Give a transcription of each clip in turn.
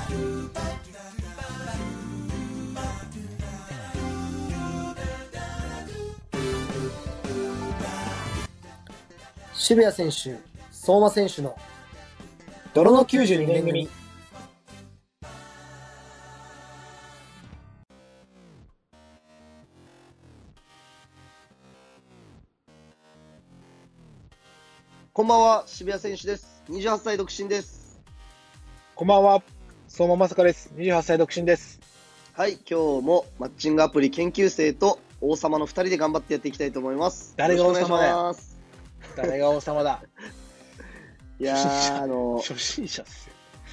渋谷選手、相馬選手の泥の92年組。 こんばんは、渋谷選手です。28歳独身です。 こんばんは、相馬まさかです。28歳独身です。 はい、今日もマッチングアプリ研究生と王様の2人で頑張ってやっていきたいと思います。 誰が王様だよ。 よろしくお願いします。 誰が王様だ。 いやー、 初心者っすよ。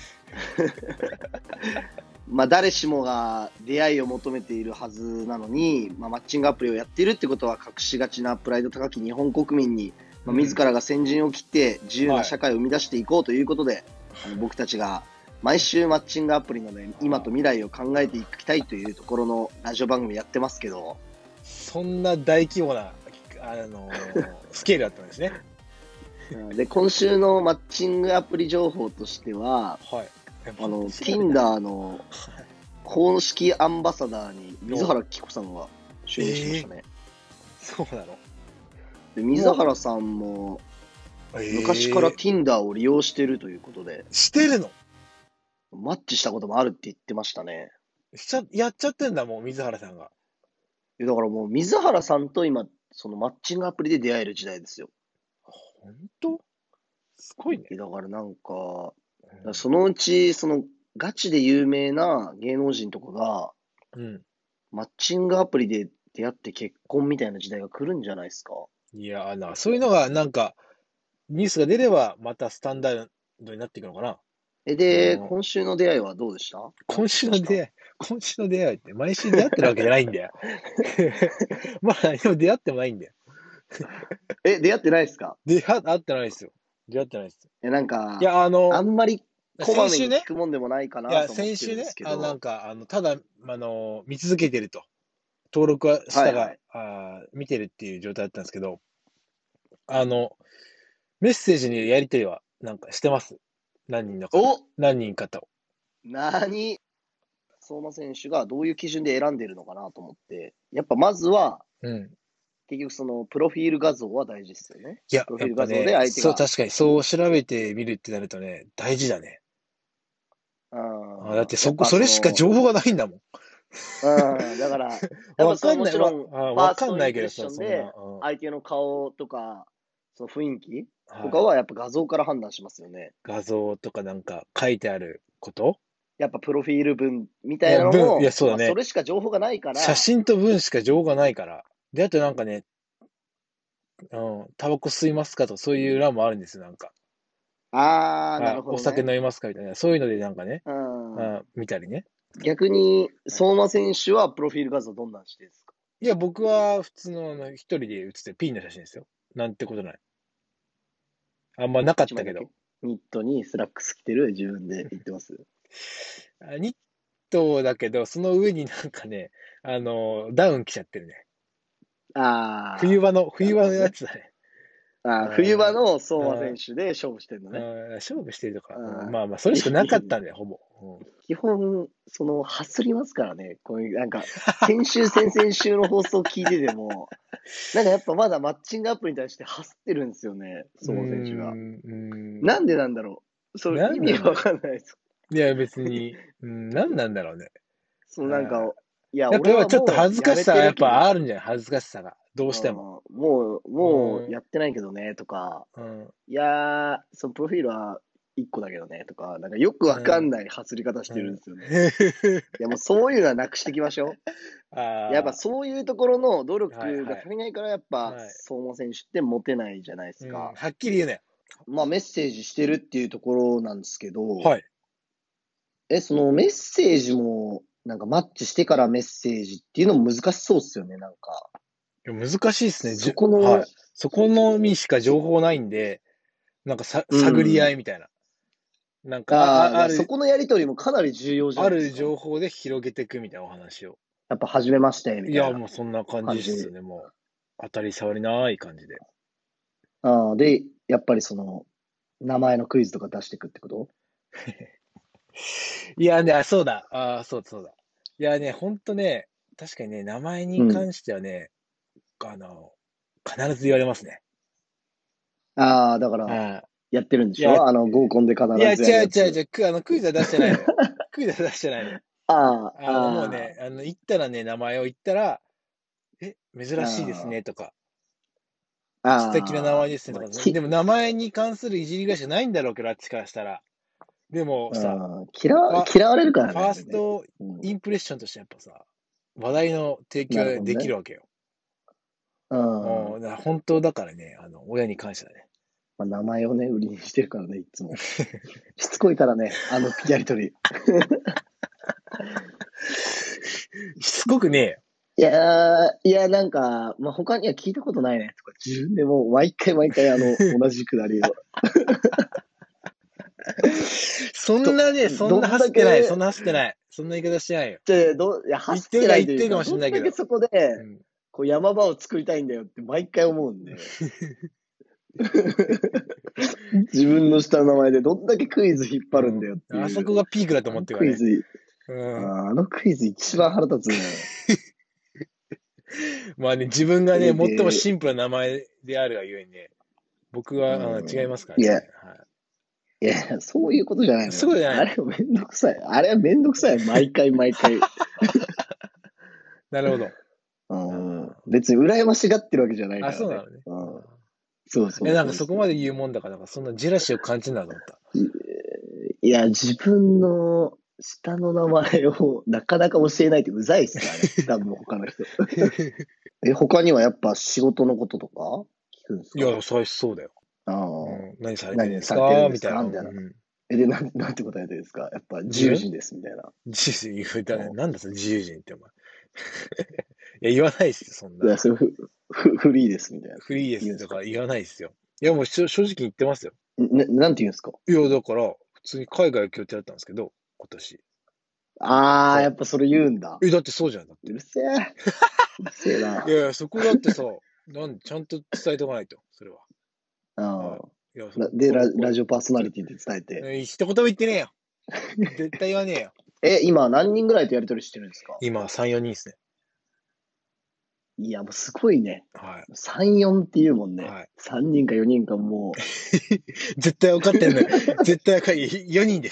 まあ誰しもが出会いを求めているはずなのに、マッチングアプリをやっているってことは隠しがちなプライド高き日本国民に、自らが先陣を切って自由な社会を生み出していこうということで、僕たちが毎週マッチングアプリの、今と未来を考えていきたいというところのラジオ番組やってますけど、 そんな大規模な、スケールだったんですね。 で、今週のマッチングアプリ情報としては、 はい、 Tinder の公式アンバサダーに水原希子さんが就任しましたね。 そうなの？ で、水原さんも昔から Tinder を利用してるということで、 してるの？ マッチしたこともあるって言ってましたね。 やっちゃってんだもん、水原さんが。 だからもう水原さんと今、そのマッチングアプリで出会える時代ですよ。 本当？すごいね。 だからなんか、そのうち、そのガチで有名な芸能人とかが、マッチングアプリで出会って結婚みたいな時代が来るんじゃないですか。 いやそういうのがなんか、ニュースが出ればまたスタンダードになっていくのかな。 で、今週の出会いはどうでした？ 今週の出会いって毎週出会ってるわけじゃないんだよ。まあ、でも出会ってもないんだよ。 出会ってないですか？ 会ってないですよ。出会ってないです。 なんか、 いや、 あんまりこまめに聞くもんでもないかなと思ってるんですけど。 なんか、ただ、見続けてると。登録はしたが、見てるっていう状態だったんですけど、メッセージにやりとりは、なんかしてます。何人かと。 相馬選手がどういう基準で選んでるのかなと思って、やっぱまずは、結局そのプロフィール画像は大事ですよね。 いや、 プロフィール画像で相手が。 そう、確かにそう調べてみるってなるとね、大事だね。だってそれしか情報がないんだもん。 だから、やっぱもちろん、ファーストインプレッションで、相手の顔とか、その雰囲気とかはやっぱ画像から判断しますよね。 画像とかなんか書いてあることやっぱプロフィール文みたいなのも、 いや、そうだね。 それしか情報がないから。 写真と文しか情報がないから。で、あとなんかね、タバコ吸いますかと、そういう欄もあるんですよ、なんか。 なるほど、ね。 お酒飲みますかみたいな。そういうのでなんかね、見たりね。 逆に、相馬選手はプロフィール画像どんなんしてですか？ いや、僕は普通の一人で写ってピンの写真ですよ。なんてことない。あんまなかったけど。 ニットにスラックス着てる自分で言ってます。 ニットだけど、その上になんかね、ダウン着ちゃってるね。冬場のやつだね。 冬場の相馬選手で勝負してるのね。 勝負してるとか。まあ、それしかなかったんだよ、ほぼ。 基本、はすりますからね。こういう、なんか、先週、先々週の放送聞いてても、なんかやっぱまだマッチングアプリに対してはすってるんですよね、相馬選手が。なんでなんだろう。それ意味がわかんないです。 いや、別に、なんなんだろうね。 なんか、いや、 やっぱちょっと恥ずかしさがやっぱあるんじゃない？恥ずかしさが。どうしても。 もうやってないけどね、とか、いやー、そのプロフィールは1個だけどね、とか、なんかよくわかんない走り方してるんですよね。いや、もうそういうのはなくしていきましょう。やっぱそういうところの努力が足りないから、やっぱ、相馬選手ってモテないじゃないですか。 はっきり言うね。 まあ、メッセージしてるっていうところなんですけど、 はい。 そのメッセージも、なんかマッチしてからメッセージっていうのも難しそうっすよね、なんか。 難しいですね。 そこのみしか情報ないんで、なんか探り合いみたいな。なんかそこのやりとりもかなり重要じゃないですか。 ある情報で広げていくみたいなお話を。 やっぱ、初めまして、みたいな。 いや、もうそんな感じですね、もう。当たり障りない感じで。 で、やっぱり名前のクイズとか出していくってこと？ いやね、そうだ。そうだ、そうだ。いやね、ほんとね、確かにね、名前に関してはね、必ず言われますね。 ああ、だから、 はい。 やってるんでいや、 しょ合コンで必いや、違ずやるやつ。 う違う違う、クイズは出してないのよ。クイズは出してないのよ。 ああ、 もうあね、言ったらね、名前を言ったら、珍しいですあ、 ね、とか、素敵な名ああ、 前ですね、とか、でも名前に関するいじりがしかないんだろうけど、あっちからしたら。でもさ、 嫌われるからね、 ファーあれね。 ストうん、 インプレッションとしてやっぱさ、話題の提供ができなるほどね。 るわけよ。 うん。 本当だからね、親に感謝だね。 まあ、名前をね、売りにしてるからね、いつも。しつこいからね、やりとり。 しつこくねえよ。 いや、なんか、まあ、他には聞いたことないね、とか、自分でもう毎回毎回同じくだりを。 そんなね、そんなどんだ走ってない、 け、 そんな走ってない。そんな言い方してないよ。 いや、走ってないというか、 言ってるかもしどんだけんないけど。 そこで、 うん。 こう山場を作りたいんだよって毎回思うんで。自分の下の名前でどんだけクイズ引っ張るんだよってあそいう。 こがピークだとあの思ってるからね。 クイズ、 うん。 あのクイズ一番腹立つね。 まあね、自分がね、最もで、 シンプルな名前であるがゆえにね、僕は、違いますからいや、 ね。はいや、そういうことじゃないい。 のよ。 そういうことじゃないの。 あれはめんどくさい。あれはめんどくさい。毎回毎回。 なるほど。 別に羨ましがってるわけじゃないからね。 そうなのね。 そうそうなんかそうそう。 そこまで言うもんだから、なんかそんなジェラシーを感じるんだと思った。 いや、自分の下の名前をなかなか教えないってうざいっす、あれ。多分他の人。他にはやっぱ仕事のこととか聞くんですか？ いや、そうだよ。 ああ、 何されてるんです何されてるんかみたいな。 ですかみたいな。で、なんて答えてるんですか？やっぱ自自分由人です、みたいな。 自由人、 うんなんだそれ自由人ってお前。いや、言わないっすよ、そんいや、 な。 それフリーです、みたいな。 フリーです言うんですか？ とか言わないっすよ。いや、もう正直言ってますよ。 なんて言うんですか？ いや、だから、普通に海外行く予定だったんですけど、今年。 ああー、やそっぱそれ言うんだ。 う。だってそうじゃん、だって。 うるせえ。うるせえな。 いやいや、そこだってさ、ちゃんと伝えておかないと、それは。はああ。 い。いや、 で、ラジオパーソナリティで伝えて。 一言も言ってねえよ。絶対言わねえよ。 今何人ぐらいとやりとりしてるんですか？ 今、3、4人ですね。 いや、もうすごいね。 はい。 3、4って言うもんね。 はい。 3人か4人かも絶対分かってんのよ。絶対分かる。4人です。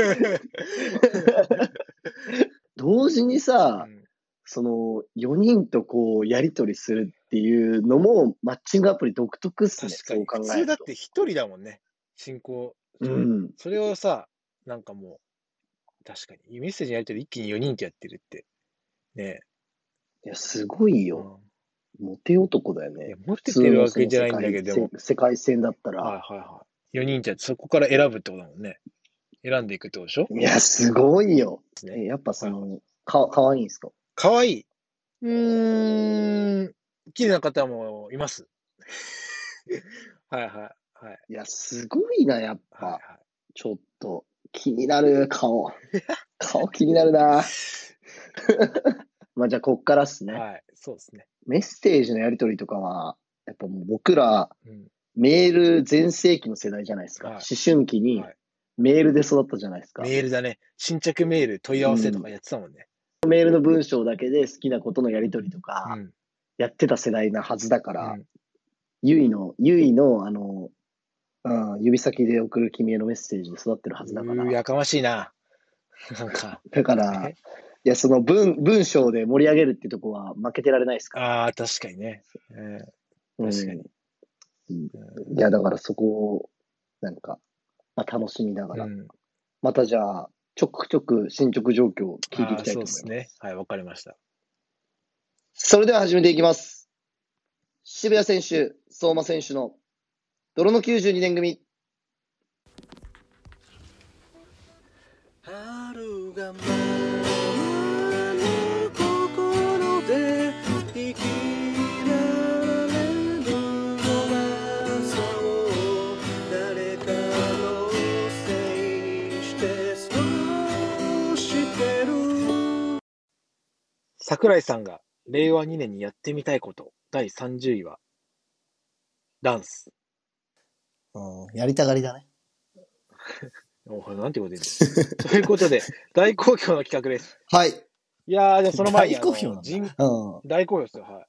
う。同時にさ、 うん、 その4人とこうやりとりするっていうのもマッチングアプリ独特っすね。そう確かに。普考えると。 通だって1人だもんね。進行上。 うん。 それをさ、なんかもう、確かに。メッセージやりとり一気に4人ってやってるって。ねいや、すごいえ。うよ。 ん。 モテ男だよいや、 ね。 モテて普通のるわけじゃないんだけど、でも、 世界線だったら。 はいはいはい。4人ってやってそこから選ぶってことだもんね。選んでいくってことでしょいや、すごいよ。 ですね。 やっぱはいはい。 かわいいんすか？ かわいい。綺麗な方もいます。はいはい。はい。 いや、すごいな、やっはいぱ。 はい。 ちょっと、気になる、顔。顔気になるな。まあ、じゃあ、こっからっすね。 はい。そうですね。 メッセージのやりとりとかは、やっぱもう僕ら、 うん。 メール全盛期の世代じゃないですか。 はい。 思春期にはい。 メールで育ったじゃないですか。 メールだね。新着メール問い合わせとかうん。 やってたもんね。 メールの文章だけで好きなことのやりとりとか、 うん。 やってた世代なはずだから、 うん。 ゆいの、指先で送る君へのメッセージで育ってるはずだから。 やかましいな。なんか、 だから、 えいや、その文章で盛り上げるってとこは負けてられないですから。 ああ、確かにね。確かに。 うん。いや、だからそこを、なんか、まあ、楽しみながら。 うん。 またじゃあ、ちょくちょく進捗状況を聞いていああ、 きたいそうですね。 と思います。 はい、わかりました。 それでは始めていきます。渋谷選手、相馬選手の泥の92年組。春が舞う心で生きられるの朝を誰かのせいにして過ごしてる。 桜井さんが令和2年にやってみたいこと第30位はダンス。 やりたがりだね。 なんてこと言うんですということで、大好評の企画です。 はい。 いやー、でもその前に、 大好評なんだ。 大好評ですよ、はい。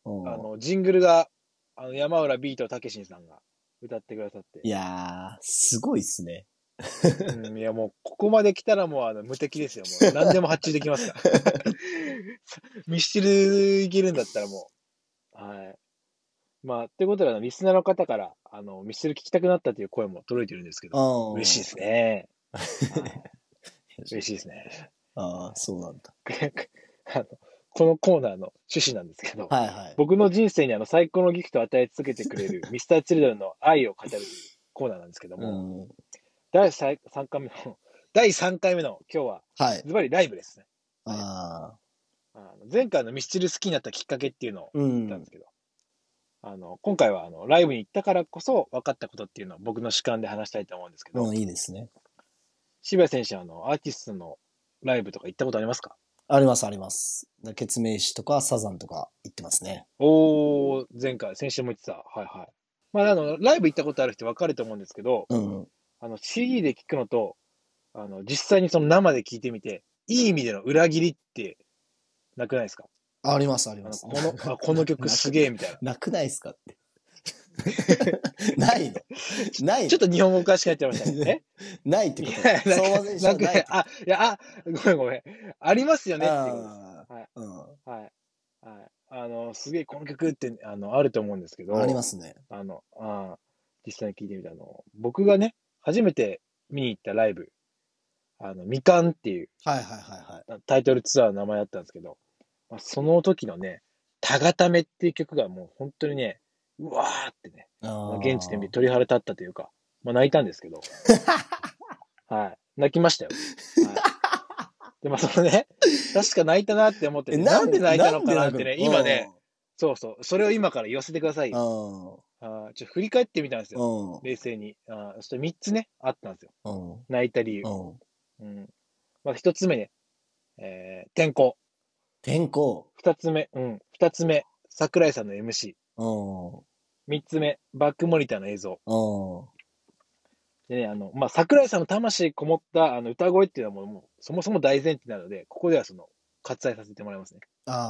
ジングルが、山浦ビートたけしんさんが歌ってくださって。 いやー、すごいっすね。 いや、もう、ここまで来たらもう、無敵ですよ。もう、何でも発注できますから。ミスチルいけるんだったらもう、はい。まあ、ということで、リスナーの方から、ミスチル聞きたくなったという声も届いてるんですけど、嬉しいですね。嬉しいですね。 ああ、そうなんだ。 このコーナーの趣旨なんですけど、 はいはい。 僕の人生に最高のギフトを与え続けてくれるミスターチルドレンの愛を語るというコーナーなんですけども、第3回目の、第3回目の今日は、ズバリライブですね。前回のミスチル好きになったきっかけっていうのを言ったんですけど、今回はライブに行ったからこそ分かったことっていうのを僕の主観で話したいと思うんですけど、 いいですね。 渋谷選手はアーティストのライブとか行ったことありますか？ あります、あります。ケツメイシとかサザンとか行ってますね。 先週も言ってた。はいはい。まあ、ライブ行ったことある人分かると思うんですけど、CD で聞くのと、実際にその生で聞いてみて、いい意味での裏切りってなくないですか？ あります、あります。 この曲すげえみたいな。 なくないですかって。ないのないのちょっと日本語詳しくなっちゃいましたね。 ないってことだ。相馬選手はない。 ごめんごめん。ありますよねっていうことです。はい。はい。すげえこの曲って、あると思うんですけど。 ありますね。 実際に聞いてみた僕がね、初めて見に行ったライブ、みかんっていう、タイトルツアーの名前だったんですけど、その時のね、タガタメっていう曲がもう本当にね、うわーってね、現地で見て鳥肌立ったというか、泣いたんですけど、はい。泣きましたよ。はい。で、そのね、確か泣いたなって思ってて、なんで泣いたのかなってね、今ね、そうそう、それを今から言わせてくださいよ。ちょっと振り返ってみたんですよ。冷静に。そして3つね、あったんですよ。泣いた理由。まず1つ目ね、天候。 天候。 2つ目、桜井さんの MC。3つ目、バックモニターの映像。でね、桜井さんの魂こもった歌声っていうのはもうそもそも大前提なので、ここでは割愛させてもらいますね。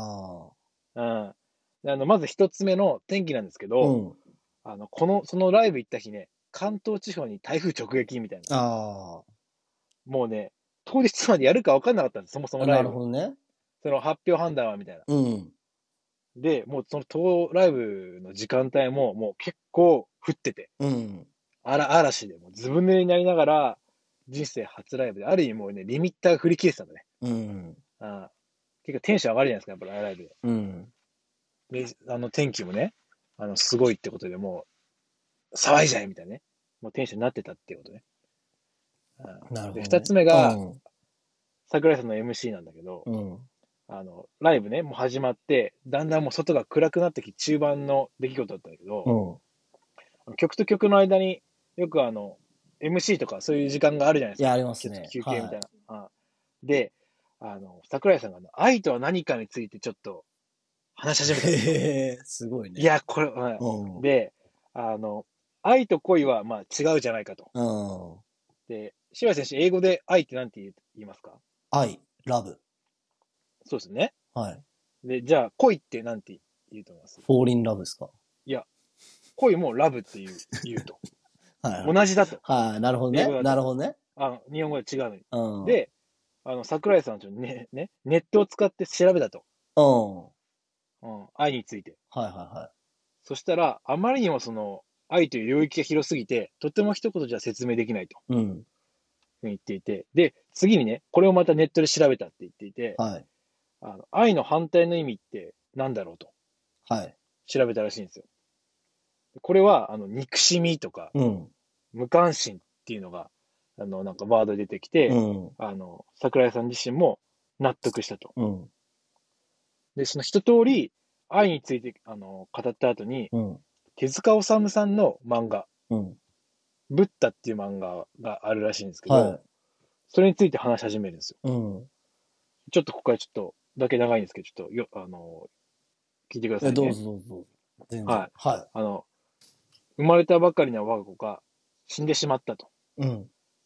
まず一つ目の天気なんですけど、そのライブ行った日ね、関東地方に台風直撃みたいな。もうね、当日までやるか分かんなかったんです、そもそもライブ。 なるほどね。 その発表判断はみたいな。で、もうそのライブの時間帯ももう結構降ってて。嵐でもずぶ濡れになりながら、人生初ライブで、ある意味もうね、リミッターが振り切れてたんだね。結構テンション上がるじゃないですか、やっぱりライブで。で、天気もね、すごいってことでもう、騒いじゃえみたいなね。もうテンションになってたっていうことね。 なるほど、ね。 で、二つ目が、桜井さんの MC なんだけど、ライブね、もう始まって、だんだんもう外が暗くなってき、中盤の出来事だったんだけど、曲と曲の間によくMC とかそういう時間があるじゃないですか。 いや、ありますね。 休憩みたいな。で、桜井さんが愛とは何かについてちょっと話し始めたんですよ。 すごいね。 いや、これ、で、愛と恋はまあ違うじゃないかと。で、柴谷選手、英語で愛って何て言いますか？ 愛、ラブ。 そうですね。 はい。 で、じゃあ恋って何て言うと思います？ フォーリンラブですか？ いや、恋もラブって言うと。同じだと。 なるほどね。なるほどね。 日本語で違うのに。で、桜井さんはネットを使って調べたと。愛について。そしたら、あまりにも愛という領域が広すぎて、とても一言じゃ説明できないと。言っていて。で、次にね、これをまたネットで調べたって言っていて、愛の反対の意味って何だろうと。調べたらしいんですよ。これは、憎しみとか、無関心っていうのが、なんかワードで出てきて、桜井さん自身も納得したと。で、その一通り、愛について、語った後に、手塚治虫さんの漫画、ブッダっていう漫画があるらしいんですけど、それについて話し始めるんですよ。ちょっとここからちょっとだけ長いんですけど、ちょっと聞いてくださいね。 どうぞどうぞ。 はい。生まれたばかりの我が子が死んでしまったと。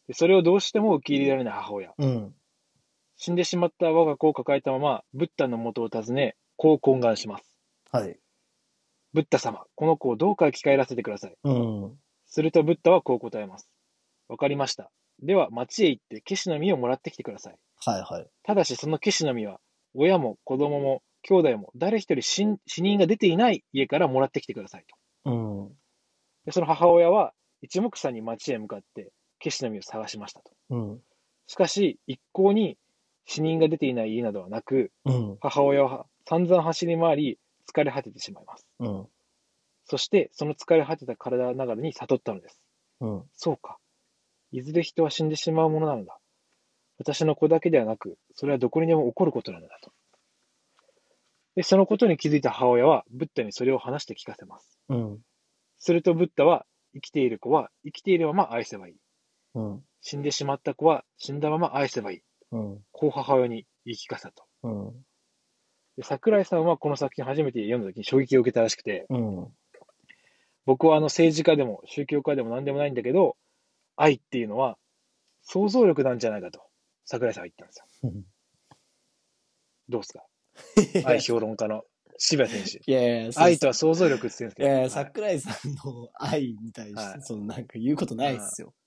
でそれをどうしても受け入れられない母親。死んでしまった我が子を抱えたまま、ブッダの元を訪ね、こう懇願します。 はい。 ブッダ様、この子をどうか生き返らせてください。するとブッダはこう答えます。わかりました。では町へ行ってケシの実をもらってきてください。 はいはい。 ただしそのケシの実は、親も子供も兄弟も誰一人死人が出ていない家からもらってきてくださいと。でその母親は一目散に町へ向かってケシの実を探しましたと。しかし一向に死人が出ていない家などはなく、母親は散々走り回り疲れ果ててしまいます。そしてその疲れ果てた体ながらに悟ったのです。そうか。いずれ人は死んでしまうものなのだ。私の子だけではなく、それはどこにでも起こることなのだと。で、そのことに気づいた母親は、ブッダにそれを話して聞かせます。するとブッダは、生きている子は生きているまま愛せばいい。死んでしまった子は死んだまま愛せばいい。こう母親に言い聞かせたと。で桜井さんはこの作品初めて読んだ時に衝撃を受けたらしくて、僕は政治家でも宗教家でも何でもないんだけど、愛っていうのは想像力なんじゃないかと桜井さんは言ったんですよ。どうですか愛評論家の渋谷選手。 いやいや、 愛とは想像力って言うんですけど。 いやいや、桜井さんの愛に対して、なんか言うことないっすよ。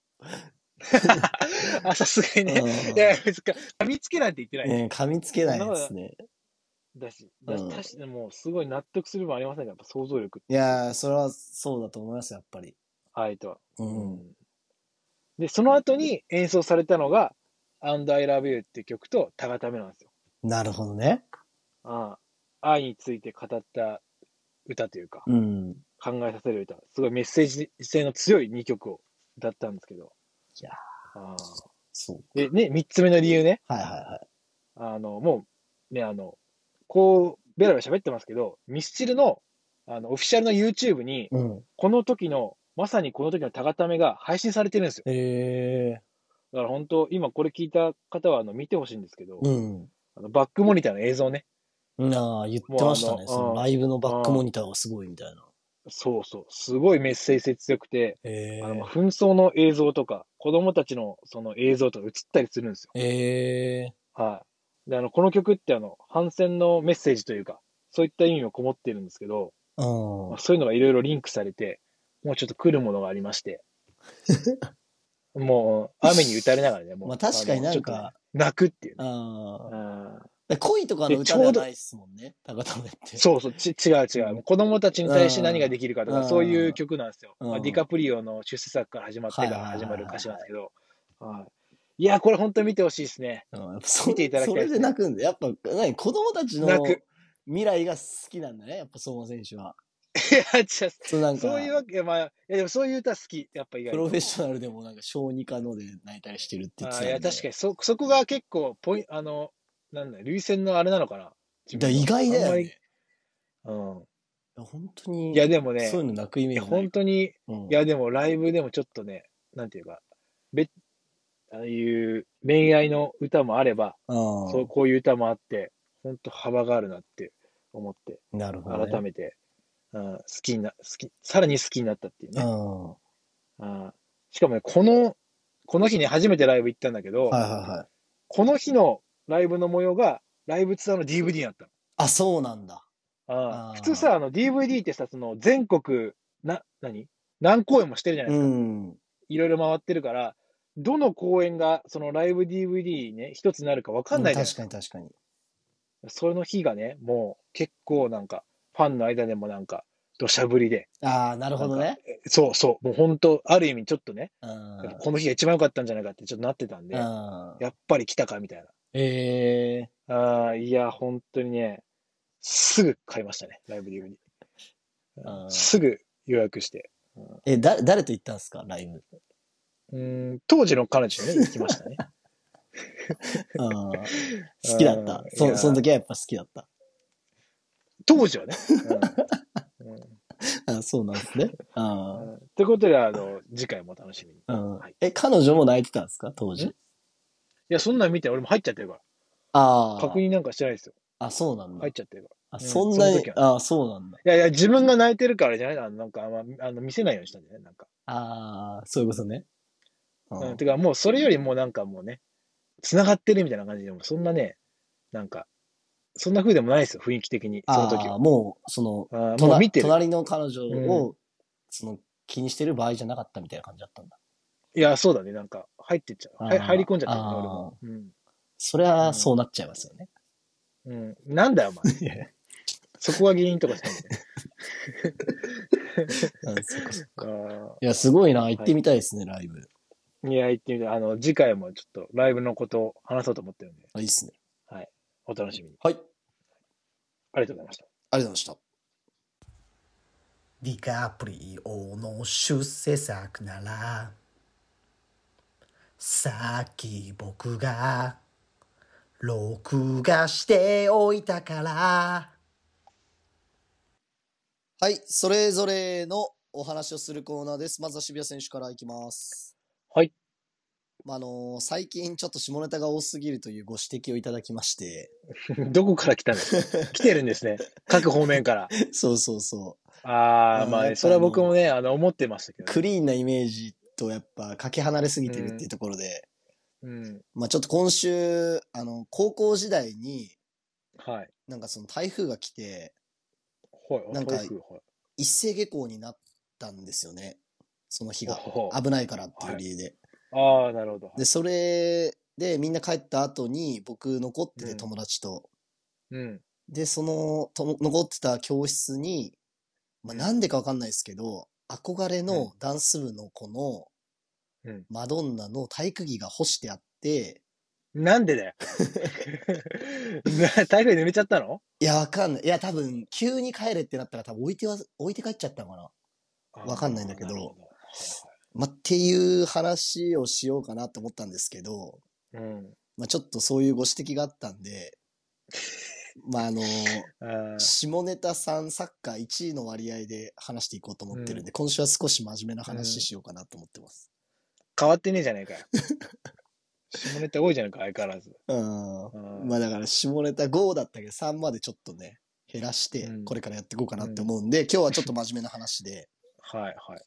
さすがにね。いや、噛みつけなんて言ってない。 噛みつけないですね。 確かにもうすごい納得する部分ありませんかやっぱ想像力って。 いやー、それはそうだと思いますよ、やっぱり。 愛とは。で、その後に演奏されたのが、And I Love You って曲とタガタメなんですよ。 なるほどね。 愛について語った歌というか、考えさせる歌。すごいメッセージ性の強い2曲を歌ったんですけど。 いやそう。で、ね、3つ目の理由ね。もう、ね、こう、ベラベラ喋ってますけど、ミスチルの、オフィシャルの YouTube に、この時の、まさにこの時のタガタメが配信されてるんですよ。だから本当、今これ聞いた方は見てほしいんですけど、バックモニターの映像ね。 言ってましたね。そのライブのバックモニターがすごいみたいな。 そうそう。すごいメッセージ性強くて、紛争の映像とか、子供たちのその映像とか映ったりするんですよ。はい。で、この曲って反戦のメッセージというか、そういった意味もこもってるんですけど、そういうのがいろいろリンクされて、もうちょっと来るものがありまして、もう雨に打たれながらね、もう。 まあ確かになんか、 泣くっていう、ね。 恋とかの歌ではないっすもんね、タガタメって。 そうそう、違う。子供たちに対して何ができるかとか、そういう曲なんですよ。ディカプリオの出世作から始まってから始まる歌詞なんですけど。いや、これ本当に見てほしいですね。見ていただきたいです、ね。 それで泣くんで、やっぱ、子供たちの未来が好きなんだね、やっぱ相馬選手は。 いや、そういうわけ、まあ、いやでもそういう歌好き、やっぱ意外と。 プロフェッショナルでも小児科ので泣いたりしてるって言ってたんで。 いや、確かに、そこが結構、なんだ、涙腺のあれなのかな。 意外だよね。 本当に。 いや、でもね、 そういうの泣くイメージない。 本当に、いや、でもライブでもちょっとね、なんていうか、ああいう恋愛の歌もあれば、こういう歌もあって、本当幅があるなって思って、 なるほど、 改めて、さらに好きになったっていうね。しかもね、この日に初めてライブ行ったんだけど、この日のライブの模様が、ライブツアーの DVD になったの。 あ、そうなんだ。 普通さ、DVD ってさ、全国、何公演もしてるじゃないですか。いろいろ回ってるから、どの公演が、そのライブ DVD ね、一つになるか分かんないじゃないですか。 確かに。 その日がね、もう結構なんか、ファンの間でもなんか、土砂降りで。 なるほどね。 そう。もう本当、ある意味ちょっとね、この日が一番良かったんじゃないかってちょっとなってたんで、やっぱり来たかみたいな。いや、本当にね、すぐ買いましたね、ライブ DVD。すぐ予約して。 誰と行ったんですか、ライブ。 当時の彼女にね、行きましたね。 好きだった。その時はやっぱ好きだった。 当時はね。 そうなんですね。 ということで、次回も楽しみに。 彼女も泣いてたんですか、当時。いや、そんなん見て俺も入っちゃってるから。確認なんかしてないですよ。 そうなんだ。 入っちゃってるから。 そんなに、そうなんだ。 いや、自分が泣いてるからじゃないなんか、見せないようにしたんじゃないなんか。 そういうことね。 てかもうそれよりもなんかもうね、繋がってるみたいな感じでも、そんなね、なんか、そんな風でもないですよ、雰囲気的に、その時は。 もう、 もう見てる。 隣の彼女を、気にしてる場合じゃなかったみたいな感じだったんだ。 いや、そうだね、なんか、入ってっちゃう。入り込んじゃったよね、俺も。 そりゃ、そうなっちゃいますよね。 なんだよ、お前。そこが原因とかじゃないんだね。そっかそっか。いや、すごいな。行ってみたいですね、ライブ。 いや、行ってみたい。次回もちょっとライブのことを話そうと思ってるんで。 いいっすね。 はい。お楽しみに。 はい。 ありがとうございました。 ありがとうございました。ディカプリオの出世作なら、さっき僕が録画しておいたから。はい、それぞれのお話をするコーナーです。まずは渋谷選手からいきます。 はい。 最近ちょっと下ネタが多すぎるというご指摘をいただきまして。 どこから来たんですか？来てるんですね。各方面から。 そうそうそう。 まあね、それは僕もね、思ってましたけど、ね。 クリーンなイメージとやっぱかけ離れすぎてるっていうところで。ちょっと今週、高校時代に、 はい。 なんかその台風が来て、 はい、 なんか一斉下校になったんですよね。その日が。危ないからっていう理由で。 はい、なるほど。 で、それでみんな帰った後に僕残ってて友達と。で、残ってた教室に、なんでかわかんないですけど、憧れのダンス部の子の、マドンナの体育着が干してあって、 なんでだよ。台風で濡れちゃったの？ いや、わかんない。いや、多分、急に帰れってなったら多分置いて帰っちゃったのかな。わかんないんだけど。っていう話をしようかなと思ったんですけど、ちょっとそういうご指摘があったんで、下ネタ3サッカー1位の割合で話していこうと思ってるんで、今週は少し真面目な話しようかなと思ってます。 変わってねえじゃねえかよ。下ネタ多いじゃないか、相変わらず。 だから下ネタ5だったけど3までちょっとね、減らして、これからやっていこうかなって思うんで、今日はちょっと真面目な話で。 はい、はい。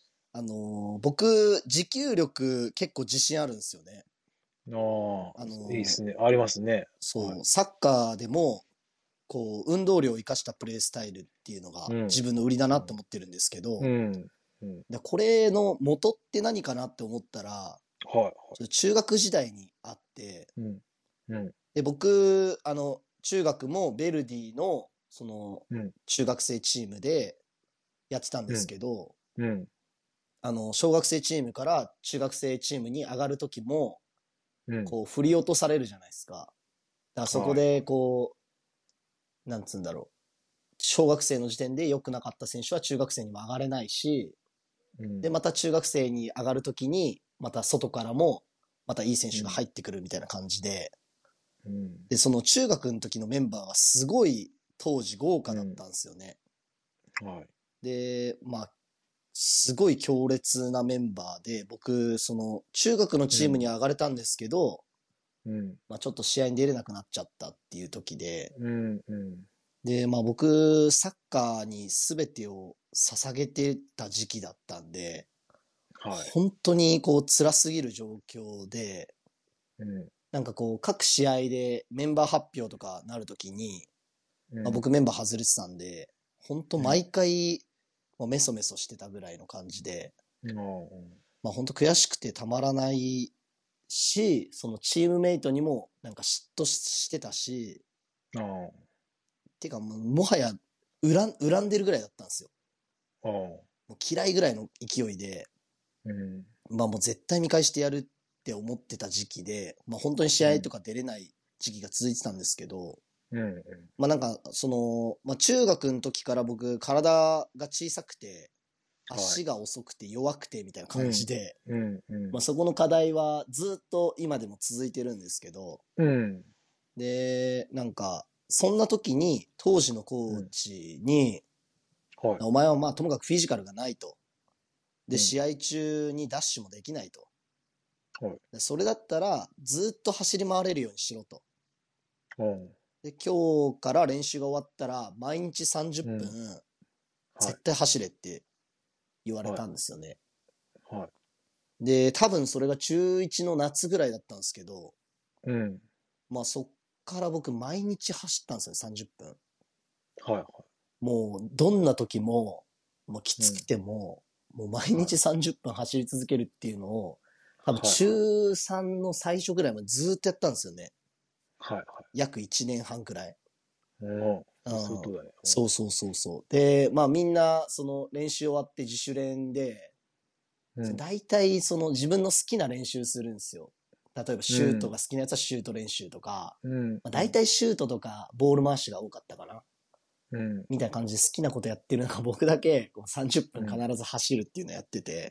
僕、持久力結構自信あるんですよね。 いいですね。ありますね。 そう、サッカーでも、運動量を生かしたプレースタイルっていうのが自分の売りだなって思ってるんですけど、これの元って何かなって思ったら、中学時代にあって、で、僕、中学もベルディの、中学生チームでやってたんですけど、小学生チームから中学生チームに上がるときも、振り落とされるじゃないですか。だからそこで、なんつうんだろう。小学生の時点で良くなかった選手は中学生にも上がれないし、で、また中学生に上がるときに、また外からも、またいい選手が入ってくるみたいな感じで、で、その中学の時のメンバーがすごい当時豪華だったんですよね。で、すごい強烈なメンバーで、僕、中学のチームに上がれたんですけど、ちょっと試合に出れなくなっちゃったっていう時で、で、僕、サッカーに全てを捧げてた時期だったんで、本当に辛すぎる状況で、なんか各試合でメンバー発表とかなるときに、僕メンバー外れてたんで、本当毎回、メソメソしてたぐらいの感じで、本当悔しくてたまらないし、そのチームメイトにもなんか嫉妬してたし、てかもはや恨んでるぐらいだったんですよ。もう嫌いぐらいの勢いで、もう絶対見返してやるって思ってた時期で、本当に試合とか出れない時期が続いてたんですけど、なんか中学の時から僕体が小さくて、足が遅くて弱くてみたいな感じで、そこの課題はずっと今でも続いてるんですけど、で、なんか、そんな時に当時のコーチに、お前はともかくフィジカルがないと。で、試合中にダッシュもできないと。それだったらずっと走り回れるようにしろと。で、今日から練習が終わったら毎日30分、絶対走れって言われたんですよね。 で、多分それが中1の夏ぐらいだったんですけど、 うん。 まあそっから僕毎日走ったんですよ、30分。 はいはい。 もう、どんな時も、もうきつくても、もう毎日30分走り続けるっていうのを、多分中3の最初ぐらいまでずーっとやったんですよね。 はいはい。 約1年半くらい。 うん。相当だね。 そうそうそうそう。で、まあみんな、その練習終わって自主練で、大体その自分の好きな練習するんですよ。例えばシュートが好きなやつはシュート練習とか、まあ、大体シュートとかボール回しが多かったかな。みたいな感じで好きなことやってるのが僕だけ30分必ず走るっていうのをやってて。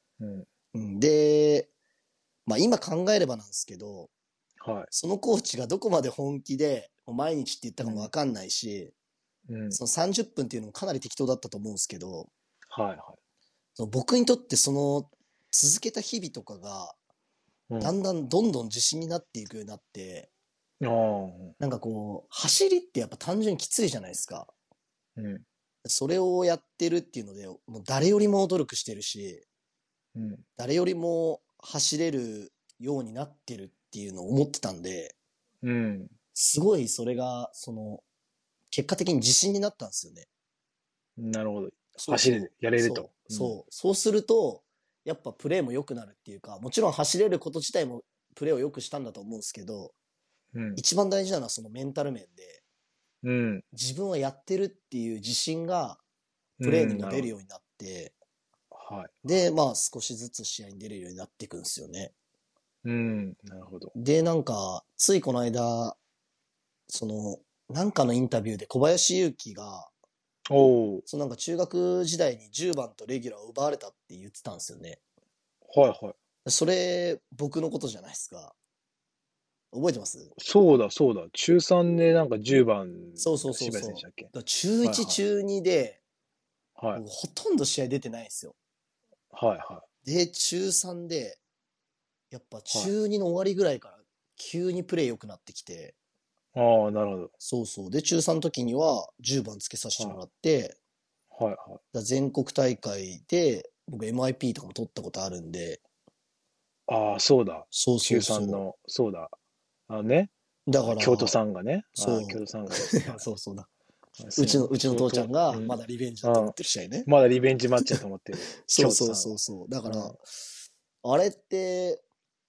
で、まあ今考えればなんですけど、そのコーチがどこまで本気で毎日って言ったかもわかんないし、その30分っていうのもかなり適当だったと思うんですけど、その僕にとってその続けた日々とかが、だんだんどんどん自信になっていくようになって、なんかこう、走りってやっぱ単純にきついじゃないですか。それをやってるっていうので、もう誰よりも努力してるし、誰よりも走れるようになってるっていうのを思ってたんで、すごいそれが、結果的に自信になったんですよね。 なるほど。走れる、やれると。 そうすると、やっぱプレーも良くなるっていうか、もちろん走れること自体もプレーを良くしたんだと思うんですけど、一番大事なのはそのメンタル面で、自分はやってるっていう自信がプレーにも出るようになって、で、まあ少しずつ試合に出れるようになっていくんですよね。 なるほど。 で、なんか、ついこの間、なんかのインタビューで小林祐希が、なんか中学時代に10番とレギュラーを奪われたって言ってたんですよね。それ、僕のことじゃないですか。覚えてます？ そうだ。中3でなんか10番、 そう柴井選手だっけ？ 中1、中2で、 ほとんど試合出てないんですよ。で、中3で、やっぱ中2の終わりぐらいから急にプレー良くなってきて。 なるほど。 そうそう。で、中3の時には10番つけさせてもらって、全国大会で僕 MIP とかも取ったことあるんで。 そうだ。 そうそうそう。中3の、そうだ。ね。 だから、 京都さんがね。 そう。 京都さんが。 そうそうだ。うちの父ちゃんがまだリベンジだと思ってる試合ね。 まだリベンジマッチだと思ってる。 そう。だから、あれって、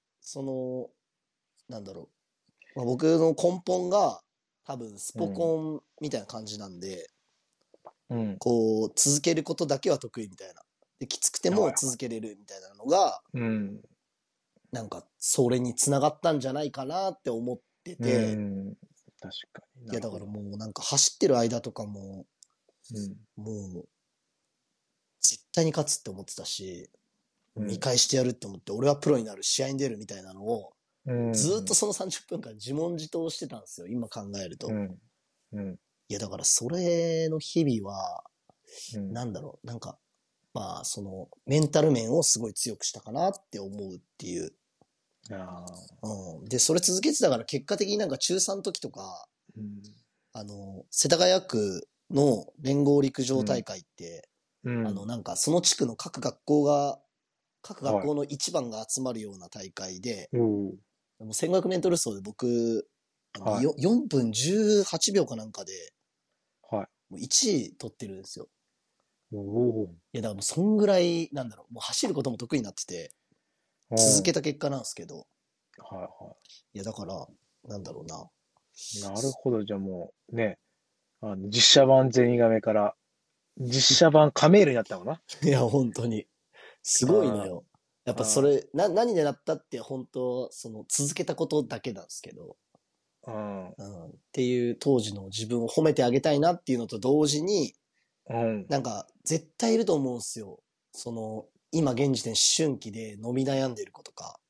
なんだろう。まあ、僕の根本が多分スポコンみたいな感じなんで、こう、続けることだけは得意みたいな。で、きつくても続けれるみたいなのが、なんか、それにつながったんじゃないかなって思ってて、 確かに。 いや、だからもうなんか走ってる間とかも、もう、絶対に勝つって思ってたし、見返してやるって思って、俺はプロになる、試合に出るみたいなのを、ずっとその30分間自問自答してたんですよ、今考えると。いや、だからそれの日々は、なんだろう、なんか、まあ、メンタル面をすごい強くしたかなって思うっていう。で、それ続けてたから結果的になんか中3の時とか、世田谷区の連合陸上大会って、なんかその地区の各学校の一番が集まるような大会で、1500メートル走で僕、4分18秒かなんかで、もう1位取ってるんですよ。いや、だからもうそんぐらい、なんだろう、もう走ることも得意になってて、続けた結果なんですけど。いや、だから、なんだろうな。 なるほど、じゃあもう、ね、実写版ゼニガメから、実写版カメールになったのかな。 いや、本当に。すごいのよ。やっぱそれ、何でなったって本当、続けたことだけなんですけど。っていう当時の自分を褒めてあげたいなっていうのと同時に、なんか、絶対いると思うんですよ。今現時点思春期で伸び悩んでる子とか。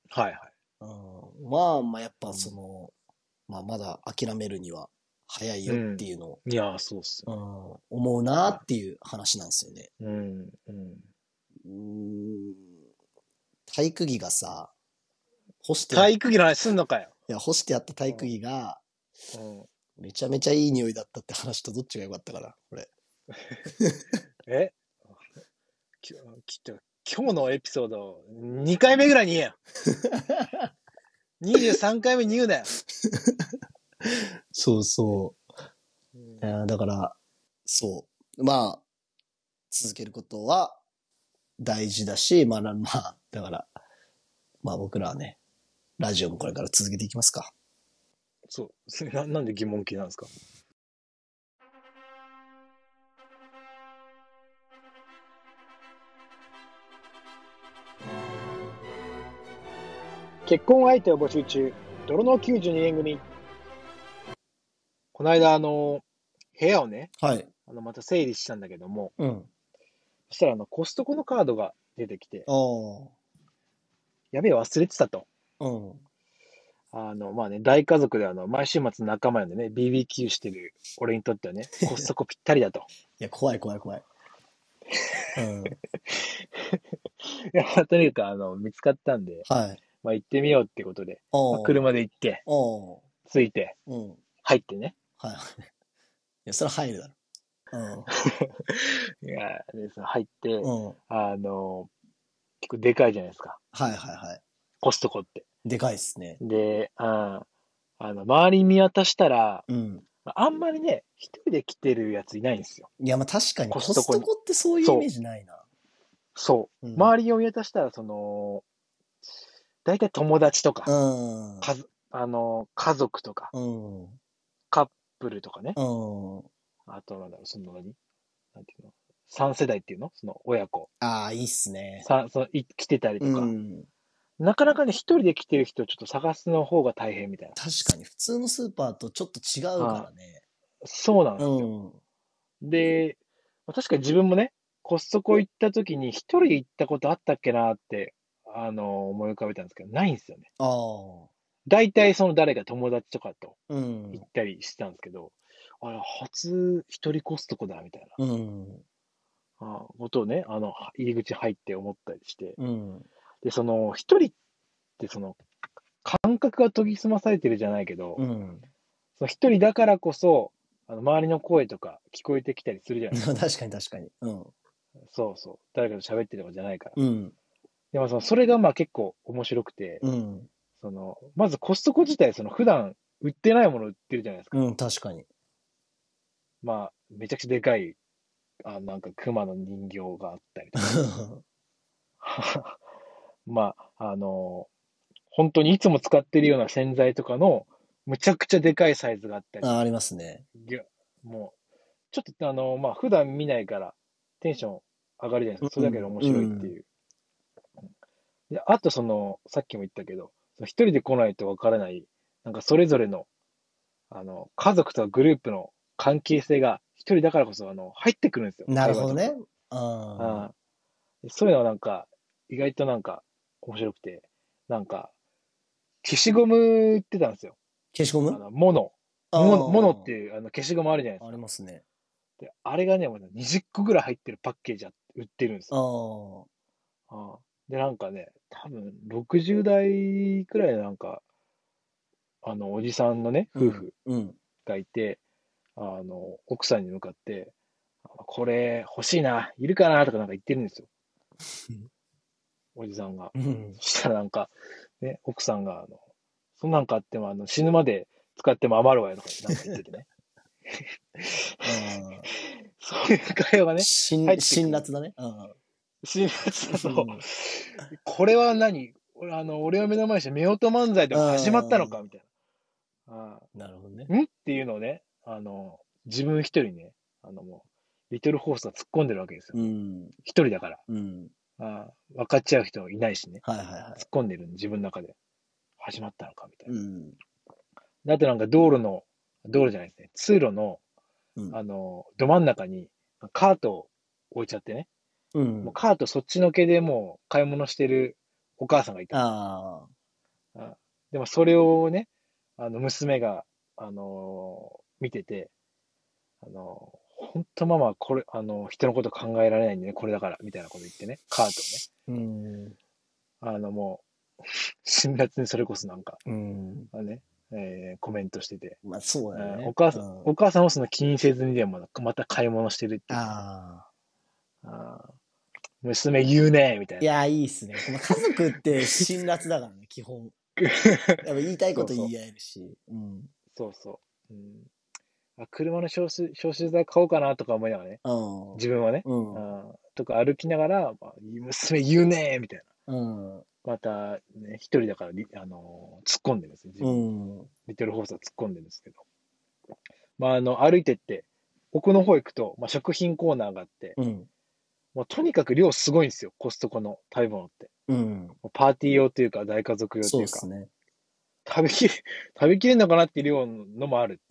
まあ、やっぱまあ、まだ諦めるには早いよっていうのを、 いや、そうっす。 思うなっていう話なんですよね。体育着がさ、 体育着の話すんのかよ。 いや、干してあった体育着が、めちゃめちゃいい匂いだったって話とどっちが良かったかな、これ。 今日のエピソード、2回目ぐらいに言えよ。23回目に言うなよ。 そうそう。だから、そう。まあ、続けることは大事だし、まあ、だから、まあ僕らはね、ラジオもこれから続けていきますか。 そう。なんで疑問形なんですか？結婚相手を募集中、泥の92年組。この間、部屋をね、 はい。 また整理したんだけども、 うん。 そしたら、コストコのカードが出てきて、 ああ。 やべえ、忘れてたと。 うん。 まあね、大家族で毎週末仲間でね、BBQ してる俺にとってはね、コストコぴったりだと。 いや、怖い怖い怖い。うん。 いや、とにかく、見つかったんで、 はい。 まあ行ってみようってことで、まあ、車で行って、着いて、入ってね。 はい。いや、それは入るだろ。 いや、で、入って、結構でかいじゃないですか。 はいはいはい。 コストコって。 でかいっすね。 で、周り見渡したら、あんまりね、一人で来てるやついないんですよ。 いや、まあ確かにコストコってそういうイメージないな。 そう。周りを見渡したら、大体友達とか、家族とか、カップルとかね。あと、なんていうの ?3 世代っていうの親子。 ああ、いいっすね。 来てたりとか。なかなかね、一人で来てる人をちょっと探すの方が大変みたいな。 確かに、普通のスーパーとちょっと違うからね。 そうなんですよ。で、確かに自分もね、コストコ行った時に一人で行ったことあったっけなって、思い浮かべたんですけど、ないんですよね。大体誰か友達とかと行ったりしてたんですけど、あれ、初一人コストコだ、みたいな。ことをね、入り口入って思ったりして。で、一人って感覚が研ぎ澄まされてるじゃないけど、一人だからこそ、周りの声とか聞こえてきたりするじゃないですか。 確かに確かに。 そうそう。誰かと喋ってるとかじゃないから。でもそれがまあ結構面白くて、まずコストコ自体、普段売ってないもの売ってるじゃないですか。 確かに。 まあ、めちゃくちゃでかい、なんか熊の人形があったりとか。まあ、本当にいつも使ってるような洗剤とかの、むちゃくちゃでかいサイズがあったり。 ありますね。 もう、ちょっとまあ、普段見ないからテンション上がるじゃないですか。それだけで面白いっていう。で、あとさっきも言ったけど、一人で来ないとわからない、なんかそれぞれの、家族とかグループの関係性が一人だからこそ、入ってくるんですよ。 なるほどね。 そういうのはなんか、意外となんか、面白くて、なんか、消しゴム売ってたんですよ。 消しゴムモノっていう、消しゴムあるじゃないですか。 ありますね。 で、あれがね、20個ぐらい入ってるパッケージ売ってるんですよ。 で、なんかね、多分、60代くらいのなんか、おじさんのね、夫婦がいて、奥さんに向かって、これ欲しいな、いるかなとかなんか言ってるんですよ。おじさんが。そしたらなんか、ね、奥さんが、そんなん買っても、死ぬまで使っても余るわよとかなんか言っててね。そういう会話がね、 辛辣だね。 辛辣だと、これは何俺を目の前にして夫婦漫才でも始まったのかみたいな。 なるほどね。 っていうのをね、自分一人ね、もう、リトルホースが突っ込んでるわけですよ。一人だから。分かっちゃう人いないしね。突っ込んでる自分の中で。始まったのかみたいな。あとなんか道路じゃないですね。通路の、ど真ん中にカートを置いちゃってね。もうカートそっちのけでもう買い物してるお母さんがいた。でもそれをね、娘が、見てて、本当ママはこれ、人のこと考えられないんでね、これだから、みたいなこと言ってね、カートをね。もう、辛辣にそれこそなんか、コメントしてて。 まあそうだよね。 お母さんもその気にせずにでもまた買い物してるっていう。 娘言うねみたいな。 いや、いいっすね。この家族って辛辣だからね、基本。やっぱ言いたいこと言い合えるし。 そうそう。車の消臭剤買おうかなとか思いながらね。自分はね。とか歩きながら、娘言うねみたいな。また、ね、一人だから、突っ込んでるんですよ。自分。リトルホースは突っ込んでるんですけど。歩いてって、奥の方行くと、食品コーナーがあって、とにかく量すごいんですよ。コストコの食べ物って。パーティー用というか、大家族用というか。そうですね。食べきれんのかなっていう量のもある。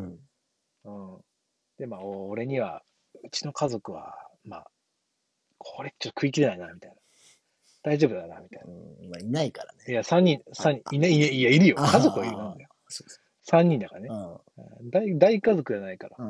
で、俺には、うちの家族は、これちょっと食い切れないな、みたいな。大丈夫だな、みたいな。 いないからね。 いや、3人、いるよ。家族はいるんだよ。3人だからね。大家族じゃないから。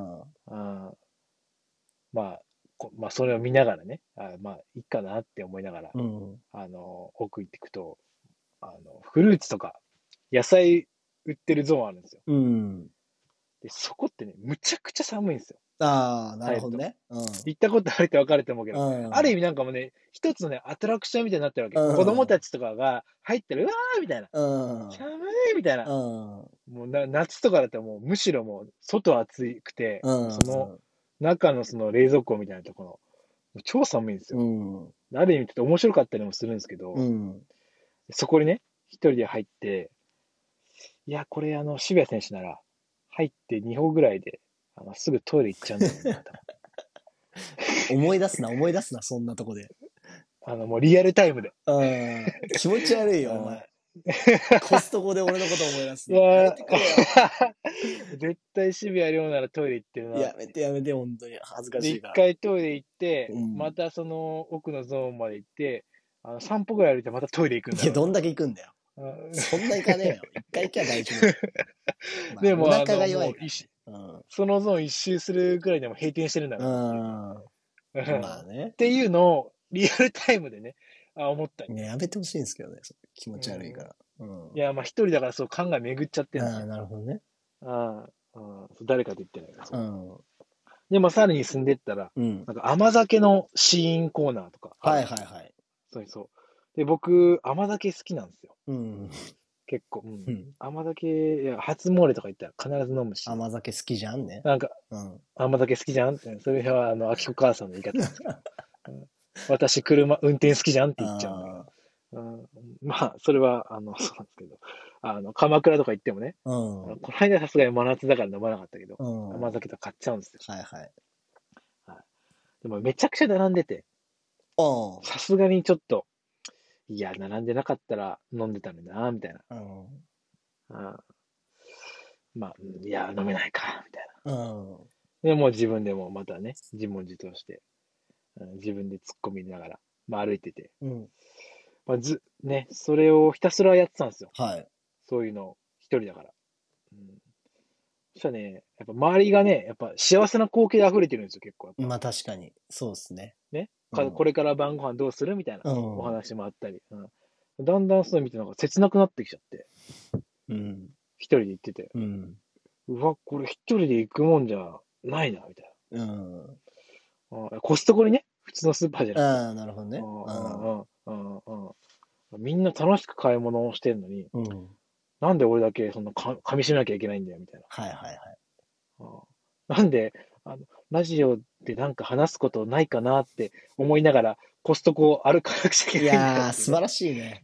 それを見ながらね、いいかなって思いながら、奥行っていくと、フルーツとか、野菜売ってるゾーンあるんですよ。で、そこってね、むちゃくちゃ寒いんですよ。 ああ、なるほどね。 行ったことあるって分かると思うけど、ある意味なんかもね、一つのね、アトラクションみたいになってるわけ。子供たちとかが入ってる、うわーみたいな。寒いみたいな。もう夏とかだったらもう、むしろもう、外暑くて、その、中のその冷蔵庫みたいなところ、超寒いんですよ。ある意味ちょっと面白かったりもするんですけど、そこにね、一人で入って、いや、これ渋谷選手なら、入って2歩ぐらいで、すぐトイレ行っちゃうんだよね。 思い出すな、そんなとこで。 もうリアルタイムで。 気持ち悪いよ、お前。コストコで俺のこと思い出すの。 やめてくれよ。絶対渋谷亮ならトイレ行ってるな。 やめて、本当に。恥ずかしいから。 一回トイレ行って、またその奥のゾーンまで行って、散歩ぐらい歩いてまたトイレ行くんだよ。 いや、どんだけ行くんだよ。そんな行かねえよ。一回行きゃ大丈夫。 でも、 お腹が弱いから。 そのゾーン一周するくらいでも閉店してるんだから。 まあね。 っていうのをリアルタイムでね、思った。 ね、やめてほしいんですけどね。気持ち悪いから。 いや、一人だからそう考え巡っちゃってるんですよ。 なるほどね。 誰かと言ってないから。で、さらに進んでったら、なんか甘酒の試飲コーナーとか。 はい。 そう。で、僕、甘酒好きなんですよ。結構。甘酒、いや、初詣とか行ったら必ず飲むし。 甘酒好きじゃんね。 なんか、甘酒好きじゃんって。それは、秋子母さんの言い方ですけど。私、運転好きじゃんって言っちゃうんだけど。それは、そうなんですけど、鎌倉とか行ってもね、この間さすがに真夏だから飲まなかったけど、甘酒とか買っちゃうんですよ。でもめちゃくちゃ並んでて、さすがにちょっと、いや、並んでなかったら飲んでたのにな、みたいな。いや、飲めないか、みたいな。で、もう自分でもまたね、自問自答して、自分で突っ込みながら、歩いてて、それをひたすらやってたんですよ。そういうの、一人だから。そしたらね、やっぱ周りがね、やっぱ幸せな光景で溢れてるんですよ、結構。 確かに。そうですね。 これから晩ご飯どうするみたいなお話もあったり。だんだんそういうの見てなんか切なくなってきちゃって。一人で行ってて。うわ、これ一人で行くもんじゃないな、みたいな。コストコにね、普通のスーパーじゃなくて。 なるほどね。 みんな楽しく買い物をしてるのに、なんで俺だけそんな噛み締めなきゃいけないんだよ、みたいな。なんで、ラジオでなんか話すことないかなって思いながら、コストコを歩かなくちゃいけないんだよ、ね。 いやー、素晴らしいね。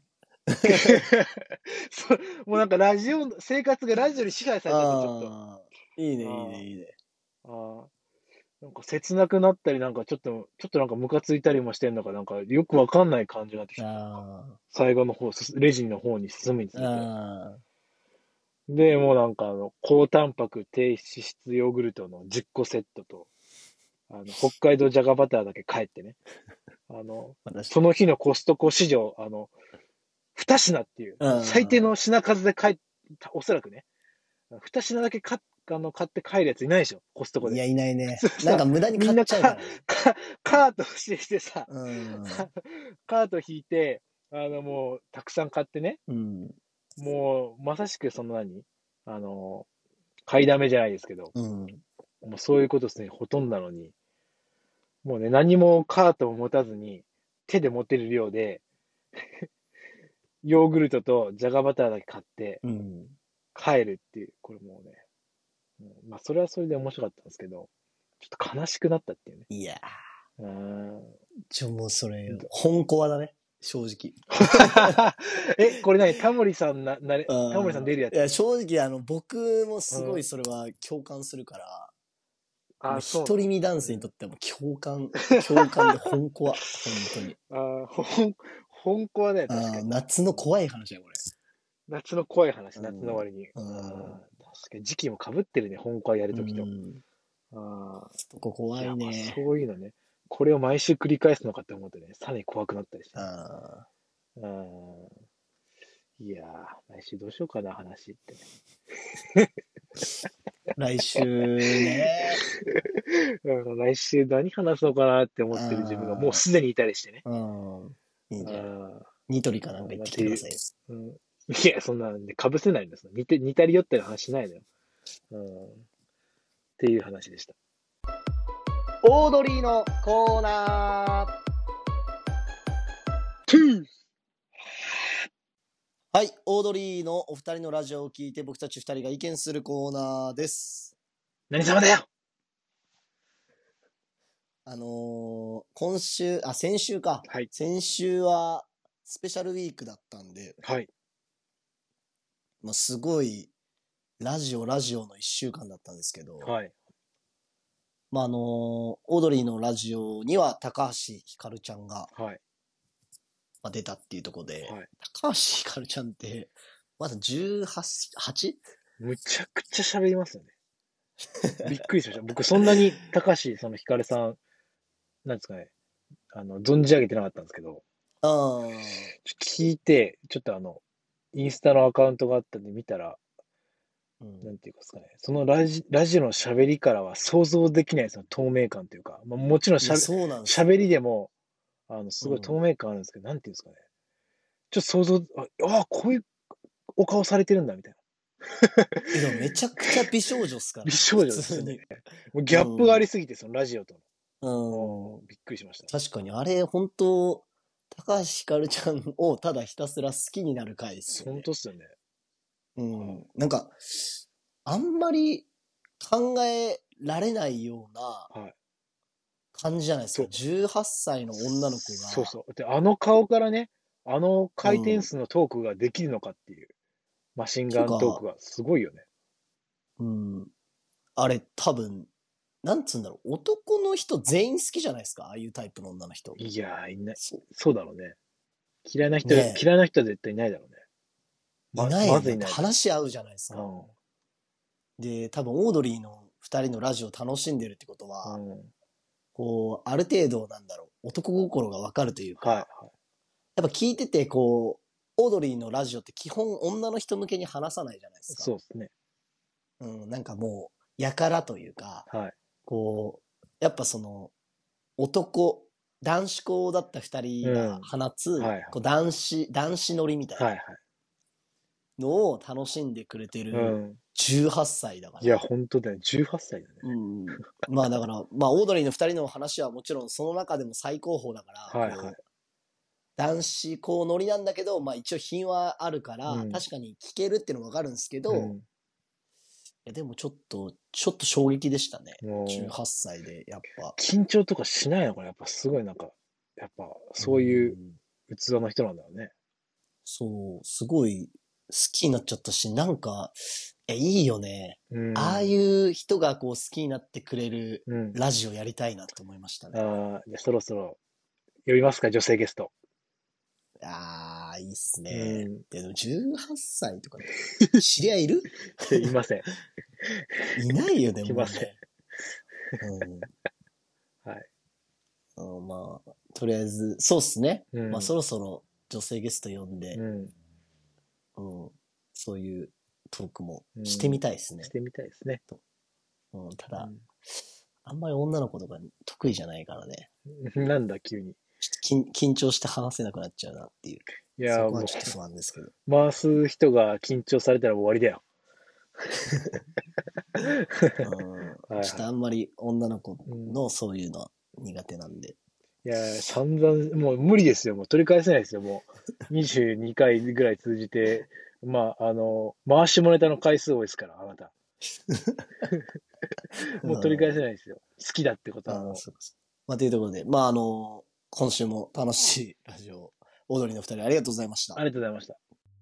もうなんか生活がラジオに支配されちゃって、ちょっと。 いいね。 なんか切なくなったり、なんかちょっとなんかムカついたりもしてんのか、なんかよくわかんない感じになってきて、最後の方、レジの方に進むにつれて。で、もうなんか高タンパク低脂質ヨーグルトの10個セットと、北海道じゃがバターだけ帰ってね。その日のコストコ市場、2品っていう、最低の品数でおそらくね、2品だけ買って帰るやついないでしょ、コストコで。 いや、いないね。なんか無駄に買っちゃうから、ね。 カートしてさ、カート引いて、もう、たくさん買ってね、もう、まさしく買いだめじゃないですけど、もうそういうことですね、ほとんどなのに、もうね、何もカートを持たずに、 手で持てる量で、ヨーグルトとジャガバターだけ買って、帰るっていう、これもうね、まあ、それはそれで面白かったんですけど、ちょっと悲しくなったっていうね。 いやー。 もうそれ、本コアだね。正直。 これ何タモリさんタモリさん出るやつ？ いや、正直僕もすごいそれは共感するから、一人身ダンスにとっても共感で本コア、本当に。 本コアだよ、確かに。 夏の怖い話だよ、これ。 夏の怖い話、夏の終わりに。確かに時期も被ってるね、本コアやるときと。 そこ怖いね。 そういうのね。これを毎週繰り返すのかって思うとね、さらに怖くなったりして。いやー、来週どうしようかな、話ってね。 来週ね。 来週何話そうかなって思ってる自分がもうすでにいたりしてね。 いいんじゃない。ニトリかなんか言ってきてくださいよ。 いや、そんなんで被せないんです。似たり寄ったり話しないのよ。っていう話でした。 オードリーのコーナー。 はい、オードリーのお二人のラジオを聞いて僕たち二人が意見するコーナーです。 何様だよ。 先週か。 はい。 先週はスペシャルウィークだったんで。 はい。 まあ、すごいラジオの一週間だったんですけど。 はい。 まあ、オードリーのラジオには高橋ひかるちゃんが、 はい。 まあ、出たっていうところで、 はい、 高橋ひかるちゃんって、まだ 18？ むちゃくちゃ喋りますよね。びっくりしました。僕そんなに高橋ひかるさん、なんですかね、存じ上げてなかったんですけど、聞いて、ちょっとインスタのアカウントがあったんで見たら、なんていうんですかね、そのラジオの喋りからは想像できないその透明感というか、まあ、もちろん喋りでも、すごい透明感あるんですけど、なんていうんですかね。ちょっと想像、こういうお顔されてるんだ、みたいな。 でもめちゃくちゃ美少女っすから、 美少女ですね。もうギャップがありすぎて、そのラジオとの。びっくりしました。 確かに、あれ、本当高橋ひかるちゃんをただひたすら好きになる回ですよね。 本当っすよね。 なんか、あんまり考えられないような感じじゃないですか。18歳の女の子が。 そうそう。で、顔からね、回転数のトークができるのかっていう、マシンガントークがすごいよね。 あれ、多分、なんつうんだろう。男の人全員好きじゃないですか。ああいうタイプの女の人。 いやー、いない。そうだろうね。嫌いな人は絶対いないだろうね。 いないよね。まず話合うじゃないですか。で、多分オードリーの二人のラジオ楽しんでるってことは、こう、ある程度なんだろう、男心がわかるというか、やっぱ聞いてて、こう、オードリーのラジオって基本女の人向けに話さないじゃないですか。 そうですね。 なんかもう、やからというか、こう、やっぱその、男子校だった二人が放つ、こう男子乗りみたいなのを楽しんでくれてる18歳だから。 いや、本当だよ。18歳だね。 まあだから、まあオードリーの二人の話はもちろんその中でも最高峰だから、男子校乗りなんだけど、まあ一応品はあるから、確かに聞けるっていうのもわかるんですけど、いやでもちょっと衝撃でしたね。18歳で、やっぱ。 緊張とかしないのかなやっぱすごいなんか、やっぱそういう器の人なんだろうね。 そう、すごい好きになっちゃったし、なんか、いいよね。ああいう人がこう好きになってくれるラジオやりたいなと思いましたね。 じゃあそろそろ呼びますか、女性ゲスト。 いいっすね。でも18歳とか知り合いいる？ いません。 いないよね、もうね。 いません。はい。 まあ、とりあえず、そうっすね。まあそろそろ女性ゲスト呼んで、そういうトークもしてみたいですね。 してみたいですね。 ただ、あんまり女の子とか得意じゃないからね。 なんだ、急に。 ちょっと緊張して話せなくなっちゃうなっていう。いや、そこはちょっと不安ですけど。 回す人が緊張されたら終わりだよ。 ちょっとあんまり女の子のそういうのは苦手なんで。 いや、散々、もう無理ですよ。もう取り返せないですよ。もう、22回ぐらい通じて、まあ、回しもネタの回数多いですから、あなた。もう取り返せないですよ。好きだってことはもう。 そうそう。まあ、というところで、まあ、今週も楽しいラジオ、オードリーの二人ありがとうございました。 ありがとうございました。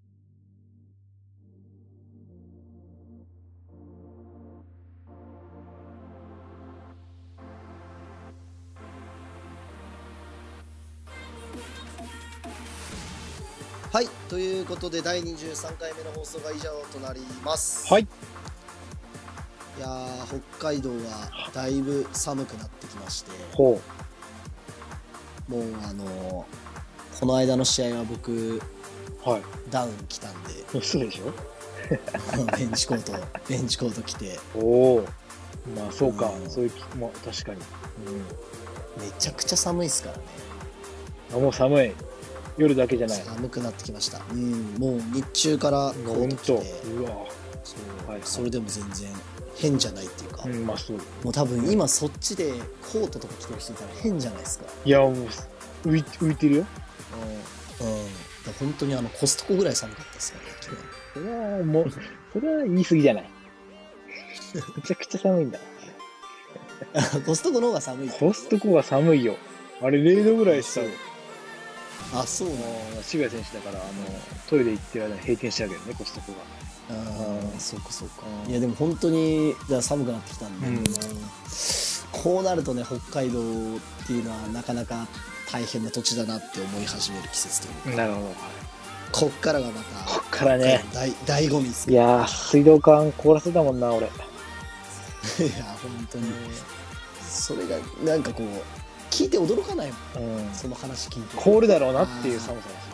はい、ということで第23回目の放送が以上となります。 はい。 いやー、北海道はだいぶ寒くなってきまして、 ほう。もうこの間の試合は僕、 はい。 ダウン来たんで、 嘘でしょベンチコート着て。 おお。まあそうか、そういうまあ確かに。 めちゃくちゃ寒いですからね。 あ、もう寒い。夜だけじゃない。 寒くなってきました。もう日中からコート着て。 うわ。 そう、はいはい、それでも全然変じゃないっていうか。 まあそう。 もう多分今そっちでコートとか着てる人いたら変じゃないですか。 いやもう浮いてるよ。 本当にコストコぐらい寒かったですよね。 それはもうそれは言い過ぎじゃない。めちゃくちゃ寒いんだ。 コストコの方が寒い。 コストコが寒いよ。あれ0度ぐらいした。 あ、そうなの。 渋谷選手だからトイレ行ってる間に閉店しちゃうけどね、コストコが。 そうかそうか。いやでも本当に寒くなってきたんで、こうなるとね、北海道っていうのはなかなか大変な土地だなって思い始める季節というか。 なるほど。 こっからがまた。 こっからね。 醍醐味ですね。いやー、水道管凍らせたもんな、俺。いや、 本当に。それが、なんかこう、聞いて驚かないもん。その話聞いて。 凍るだろうなっていう寒さです。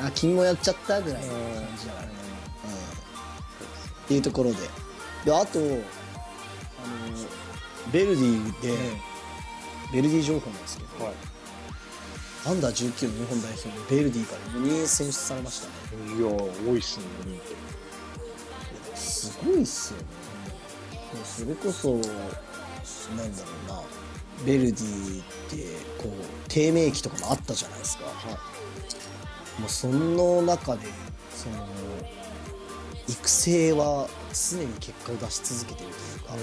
あ、君もやっちゃったぐらいの感じだからね。っていうところで。で、あと、ベルディで、ベルディ情報なんですけど、アンダー19の日本代表にベルディから4人選出されましたね。 いやー、多いっすね、4人って。 すごいっすよね。それこそ、なんだろうな、ベルディって、こう、低迷期とかもあったじゃないですか。もうその中で、育成は常に結果を出し続けているというか、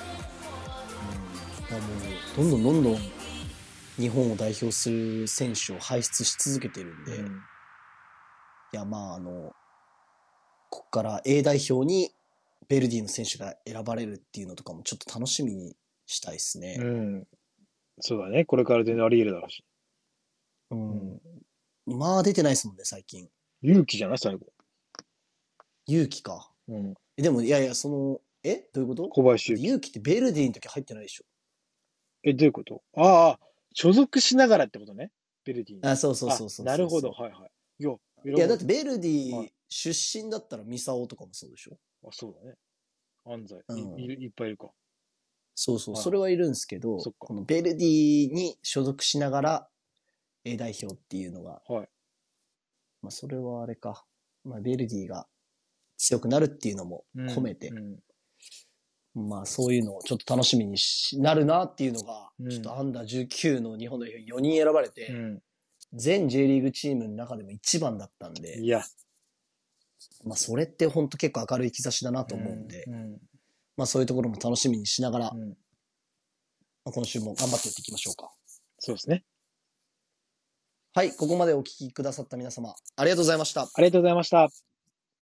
もうどんどん日本を代表する選手を輩出し続けてるんで、いやまあこっから A 代表にベルディの選手が選ばれるっていうのとかもちょっと楽しみにしたいですね。 そうだね。これから全然あり得るだろうし。 まあ出てないですもんね、最近。 勇気じゃない最後。 勇気か。でもいやいや、どういうこと？ 小林勇気ってベルディの時入ってないでしょ。 どういうこと？ああ、所属しながらってことね。ベルディに。 あ、そう。 なるほど、はいはい。 いや、だってベルディ出身だったらミサオとかもそうでしょ。 あ、そうだね。安西、いっぱいいるか。 そう、それはいるんですけど、このベルディに所属しながら A 代表っていうのが、まあそれはあれか、まあベルディが強くなるっていうのも込めて、まあそういうのをちょっと楽しみになるなっていうのが、ちょっとアンダー19の日本代表4人選ばれて、全 J リーグチームの中でも一番だったんで、 いや、 まあそれって本当結構明るい兆しだなと思うんで、まあそういうところも楽しみにしながら、まあ、今週も頑張ってやっていきましょうか。 そうですね。 はい、ここまでお聞きくださった皆様、ありがとうございました。 ありがとうございました。